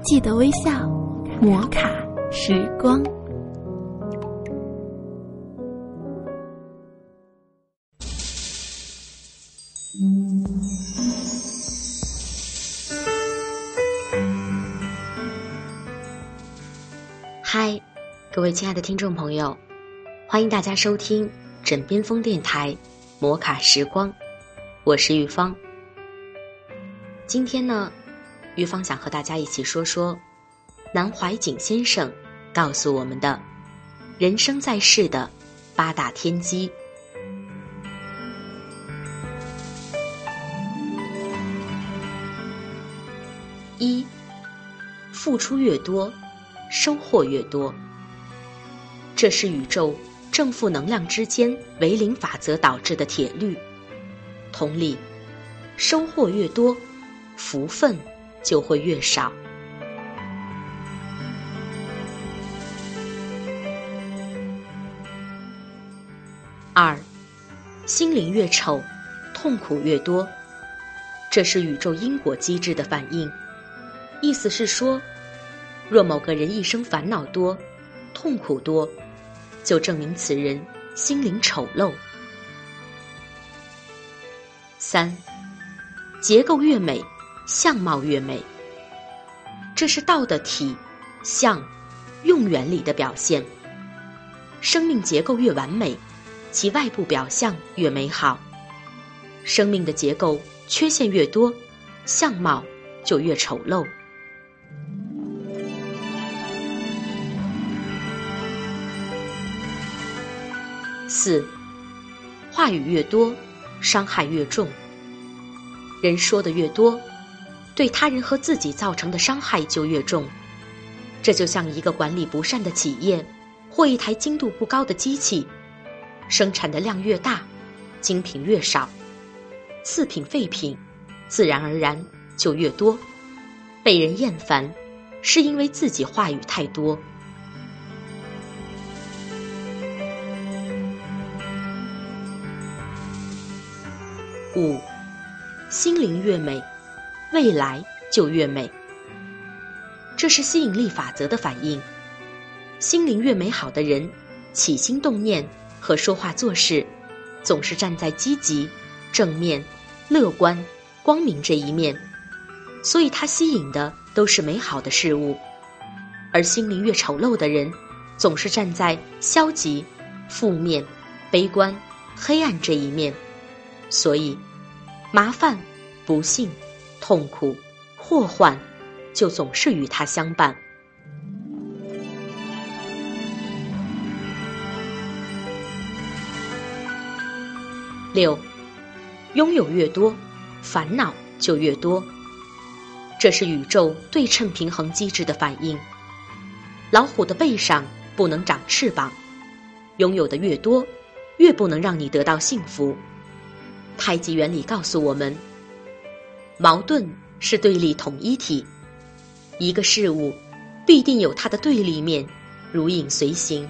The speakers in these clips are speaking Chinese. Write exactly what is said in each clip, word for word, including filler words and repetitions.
记得微笑，摩卡时光。 嗨，各位亲爱的听众朋友，欢迎大家收听枕边风电台摩卡时光，我是玉芳。今天呢，玉芳想和大家一起说说南怀瑾先生告诉我们的人生在世的八大天机。一，付出越多，收获越多。这是宇宙正负能量之间为零法则导致的铁律。同理，收获越多，福分就会越少。二，心灵越丑，痛苦越多。这是宇宙因果机制的反应。意思是说，若某个人一生烦恼多，痛苦多，就证明此人心灵丑陋。三，结构越美，相貌越美。这是道的体、相、用原理的表现。生命结构越完美，其外部表象越美好。生命的结构缺陷越多，相貌就越丑陋。四，话语越多，伤害越重。人说的越多，对他人和自己造成的伤害就越重。这就像一个管理不善的企业，或一台精度不高的机器，生产的量越大，精品越少，次品废品自然而然就越多。被人厌烦，是因为自己话语太多。五，心灵越美，未来就越美。这是吸引力法则的反应。心灵越美好的人，起心动念和说话做事，总是站在积极、正面、乐观、光明这一面，所以他吸引的都是美好的事物。而心灵越丑陋的人，总是站在消极、负面、悲观、黑暗这一面，所以麻烦、不幸、痛苦、祸患就总是与他相伴。六，拥有越多，烦恼就越多。这是宇宙对称平衡机制的反应。老虎的背上不能长翅膀，拥有的越多，越不能让你得到幸福。太极原理告诉我们，矛盾是对立统一体，一个事物必定有它的对立面，如影随形。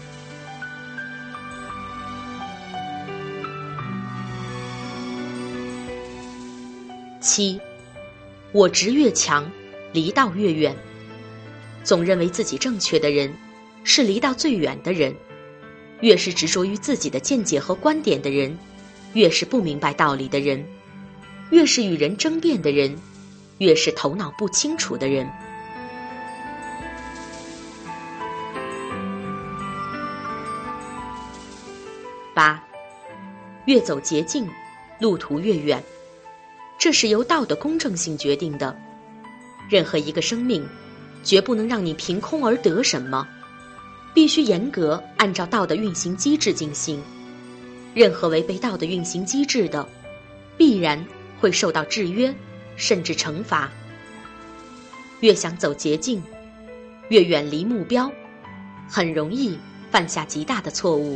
七，我执越强，离道越远。总认为自己正确的人，是离道最远的人。越是执着于自己的见解和观点的人，越是不明白道理的人。越是与人争辩的人，越是头脑不清楚的人。八，越走捷径，路途越远。这是由道的公正性决定的。任何一个生命，绝不能让你凭空而得什么，必须严格按照道的运行机制进行。任何违背道的运行机制的，必然会受到制约，甚至惩罚。越想走捷径，越远离目标，很容易犯下极大的错误。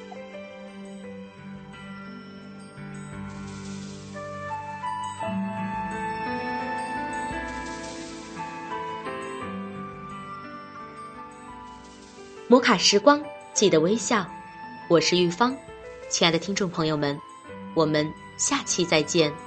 摩卡时光，记得微笑。我是玉芳，亲爱的听众朋友们，我们下期再见。